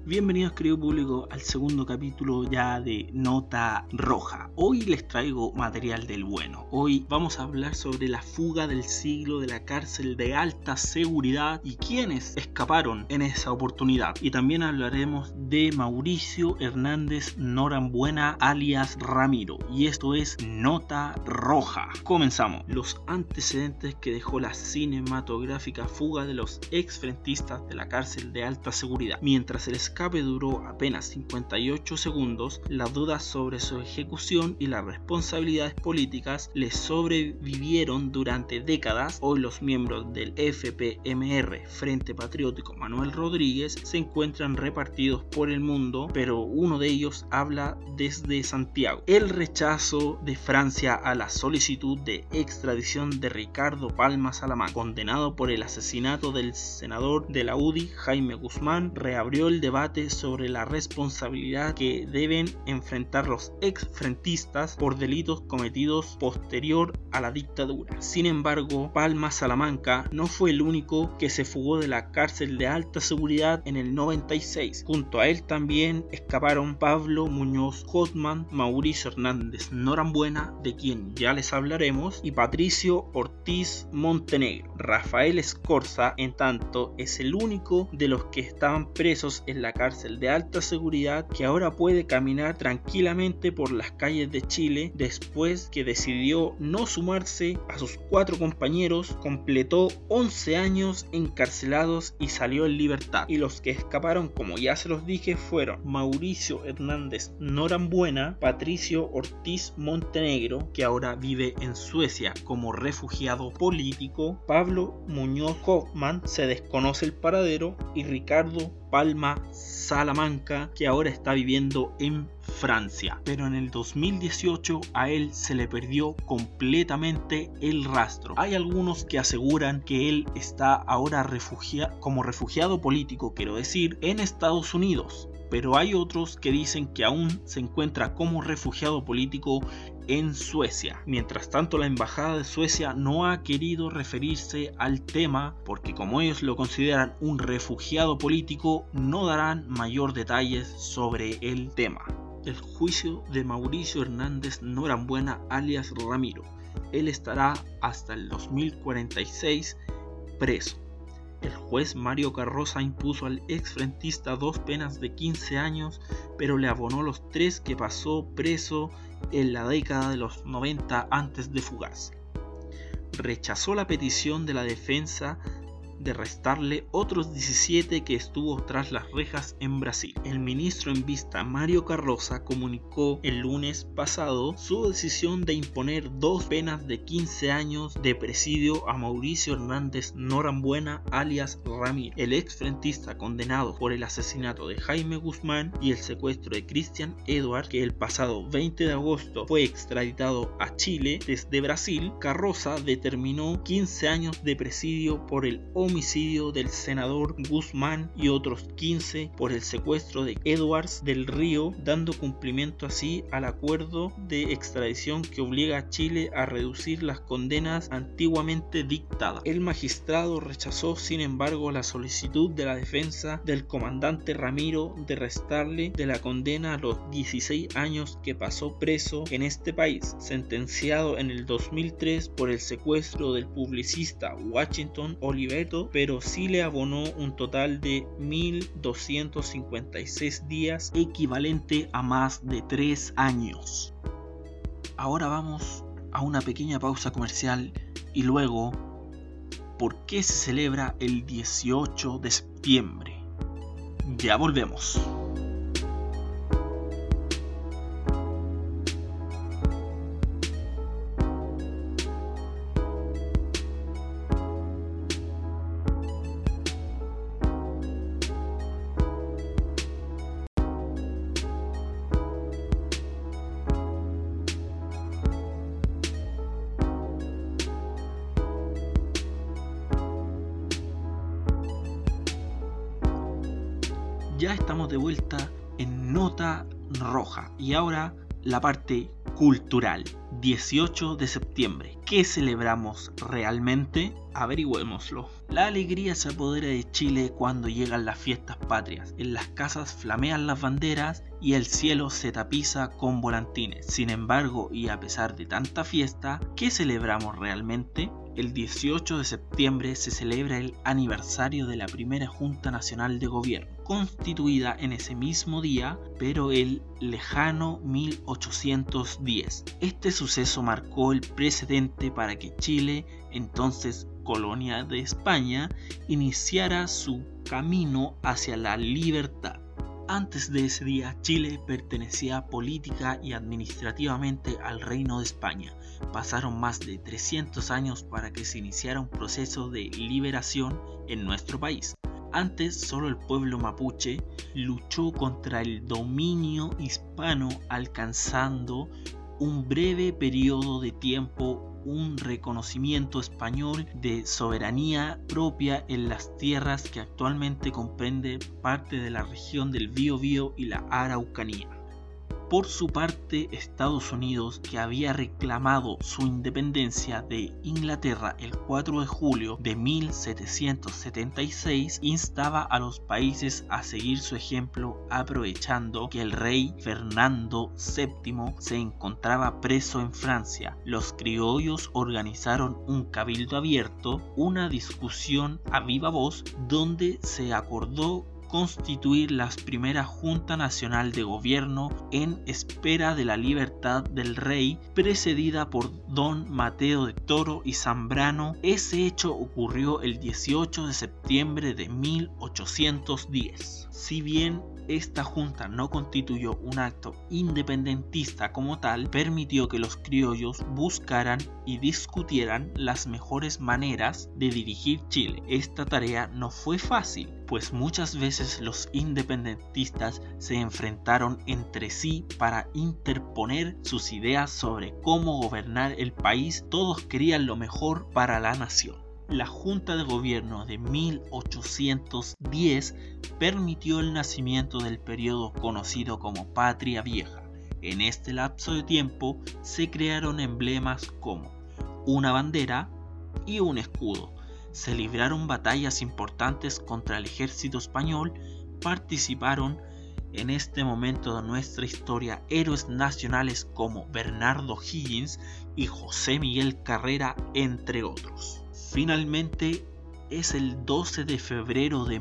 Bienvenidos, querido público, al segundo capítulo ya de Nota Roja. Hoy les traigo material del bueno. Hoy vamos a hablar sobre la fuga del siglo de la cárcel de alta seguridad y quiénes escaparon en esa oportunidad. Y también hablaremos de Mauricio Hernández Norambuena alias Ramiro. Y esto es Nota Roja. Comenzamos. Los antecedentes que dejó la cinematográfica fuga de los exfrentistas de la cárcel de alta seguridad. Mientras el escape duró apenas 58 segundos, las dudas sobre su ejecución y las responsabilidades políticas le sobrevivieron durante décadas. Hoy los miembros del FPMR, Frente Patriótico Manuel Rodríguez, se encuentran repartidos por el mundo, pero uno de ellos habla desde Santiago. El rechazo de Francia a la solicitud de extradición de Ricardo Palma Salamanca, condenado por el asesinato del senador de la UDI, Jaime Guzmán, reabrió el debate sobre la responsabilidad que deben enfrentar los exfrentistas por delitos cometidos posterior a la dictadura. Sin embargo, Palma Salamanca no fue el único que se fugó de la cárcel de alta seguridad en el 96. Junto a él también escaparon Pablo Muñoz Hoffman, Mauricio Hernández Norambuena, de quien ya les hablaremos, y Patricio Ortiz Montenegro. Rafael Escorza, en tanto, es el único de los que estaban presos en la cárcel de alta seguridad que ahora puede caminar tranquilamente por las calles de Chile después que decidió no sumarse a sus 4 compañeros. Completó 11 años encarcelados y salió en libertad. Y los que escaparon, como ya se los dije, fueron Mauricio Hernández Norambuena, Patricio Ortiz Montenegro, que ahora vive en Suecia como refugiado político, Pablo Muñoz Hoffman, se desconoce el paradero, y Ricardo Palma Salamanca, que ahora está viviendo en Francia. Pero en el 2018 a él se le perdió completamente el rastro. Hay algunos que aseguran que él está ahora como refugiado político, quiero decir, en Estados Unidos. Pero hay otros que dicen que aún se encuentra como refugiado político en Suecia. Mientras tanto, la embajada de Suecia no ha querido referirse al tema porque, como ellos lo consideran un refugiado político, no darán mayor detalles sobre el tema. El juicio de Mauricio Hernández Norambuena alias Ramiro. Él estará hasta el 2046 preso. El juez Mario Carroza impuso al exfrentista 2 penas de 15 años, pero le abonó los 3 que pasó preso en la década de los 90 antes de fugarse. Rechazó la petición de la defensa de restarle otros 17 que estuvo tras las rejas en Brasil. El ministro en vista, Mario Carroza, comunicó el lunes pasado su decisión de imponer 2 penas de 15 años de presidio a Mauricio Hernández Norambuena alias Ramiro, el exfrentista condenado por el asesinato de Jaime Guzmán y el secuestro de Christian Edward, que el pasado 20 de agosto fue extraditado a Chile desde Brasil. Carroza determinó 15 años de presidio por el homicidio del senador Guzmán y otros 15 por el secuestro de Edwards del Río, dando cumplimiento así al acuerdo de extradición que obliga a Chile a reducir las condenas antiguamente dictadas. El magistrado rechazó, sin embargo, la solicitud de la defensa del comandante Ramiro de restarle de la condena a los 16 años que pasó preso en este país, sentenciado en el 2003 por el secuestro del publicista Washington Oliveto, pero sí le abonó un total de 1.256 días, equivalente a más de 3 años. Ahora vamos a una pequeña pausa comercial y luego, ¿por qué se celebra el 18 de septiembre? Ya volvemos. Ya estamos de vuelta en Nota Roja y ahora la parte cultural. 18 de septiembre. ¿Qué celebramos realmente? Averigüémoslo. La alegría se apodera de Chile cuando llegan las fiestas patrias. En las casas flamean las banderas y el cielo se tapiza con volantines. Sin embargo, y a pesar de tanta fiesta, ¿qué celebramos realmente? El 18 de septiembre se celebra el aniversario de la primera Junta Nacional de Gobierno, constituida en ese mismo día, pero el lejano 1810. Este suceso marcó el precedente para que Chile, entonces colonia de España, iniciara su camino hacia la libertad. Antes de ese día, Chile pertenecía política y administrativamente al Reino de España. Pasaron más de 300 años para que se iniciara un proceso de liberación en nuestro país. Antes, solo el pueblo mapuche luchó contra el dominio hispano, alcanzando un breve periodo de tiempo un reconocimiento español de soberanía propia en las tierras que actualmente comprende parte de la región del Biobío y la Araucanía. Por su parte, Estados Unidos, que había reclamado su independencia de Inglaterra el 4 de julio de 1776, instaba a los países a seguir su ejemplo, aprovechando que el rey Fernando VII se encontraba preso en Francia. Los criollos organizaron un cabildo abierto, una discusión a viva voz, donde se acordó constituir la primera Junta Nacional de Gobierno en espera de la libertad del rey, precedida por don Mateo de Toro y Zambrano. Ese hecho ocurrió el 18 de septiembre de 1810. Si bien esta junta no constituyó un acto independentista como tal, permitió que los criollos buscaran y discutieran las mejores maneras de dirigir Chile. Esta tarea no fue fácil, pues muchas veces los independentistas se enfrentaron entre sí para interponer sus ideas sobre cómo gobernar el país. Todos querían lo mejor para la nación. La Junta de Gobierno de 1810 permitió el nacimiento del periodo conocido como Patria Vieja. En este lapso de tiempo se crearon emblemas como una bandera y un escudo. Se libraron batallas importantes contra el ejército español. Participaron en este momento de nuestra historia héroes nacionales como Bernardo O'Higgins y José Miguel Carrera, entre otros. Finalmente, es el 12 de febrero de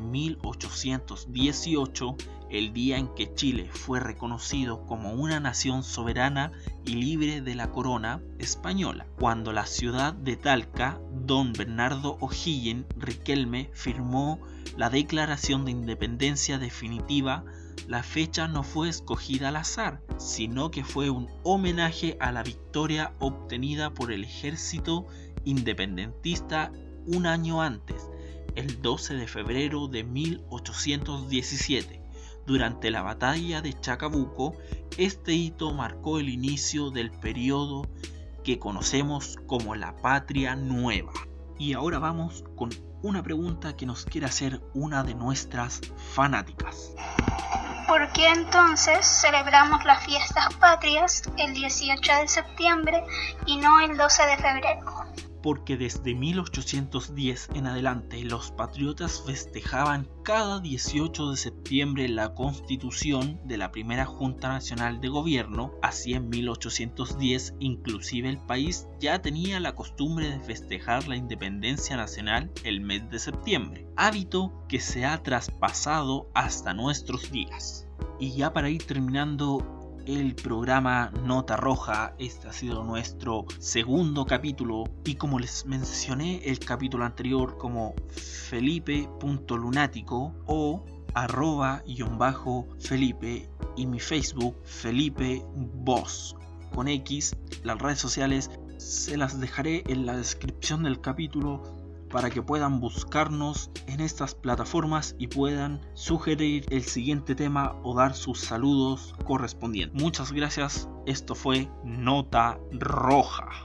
1818 el día en que Chile fue reconocido como una nación soberana y libre de la corona española, cuando la ciudad de Talca, don Bernardo O'Higgins Riquelme firmó la Declaración de Independencia definitiva. La fecha no fue escogida al azar, sino que fue un homenaje a la victoria obtenida por el ejército independentista un año antes, el 12 de febrero de 1817. Durante la batalla de Chacabuco, este hito marcó el inicio del periodo que conocemos como la Patria Nueva. Y ahora vamos con una pregunta que nos quiere hacer una de nuestras fanáticas. ¿Por qué entonces celebramos las fiestas patrias el 18 de septiembre y no el 12 de febrero? Porque desde 1810 en adelante los patriotas festejaban cada 18 de septiembre la constitución de la primera Junta Nacional de Gobierno. Así en 1810 inclusive el país ya tenía la costumbre de festejar la independencia nacional el mes de septiembre, hábito que se ha traspasado hasta nuestros días. Y ya para ir terminando el programa Nota Roja, este ha sido nuestro segundo capítulo, y como les mencioné el capítulo anterior como felipe.lunático o @_Felipe y mi Facebook Felipe Voz con X. Las redes sociales se las dejaré en la descripción del capítulo para que puedan buscarnos en estas plataformas y puedan sugerir el siguiente tema o dar sus saludos correspondientes. Muchas gracias, esto fue Nota Roja.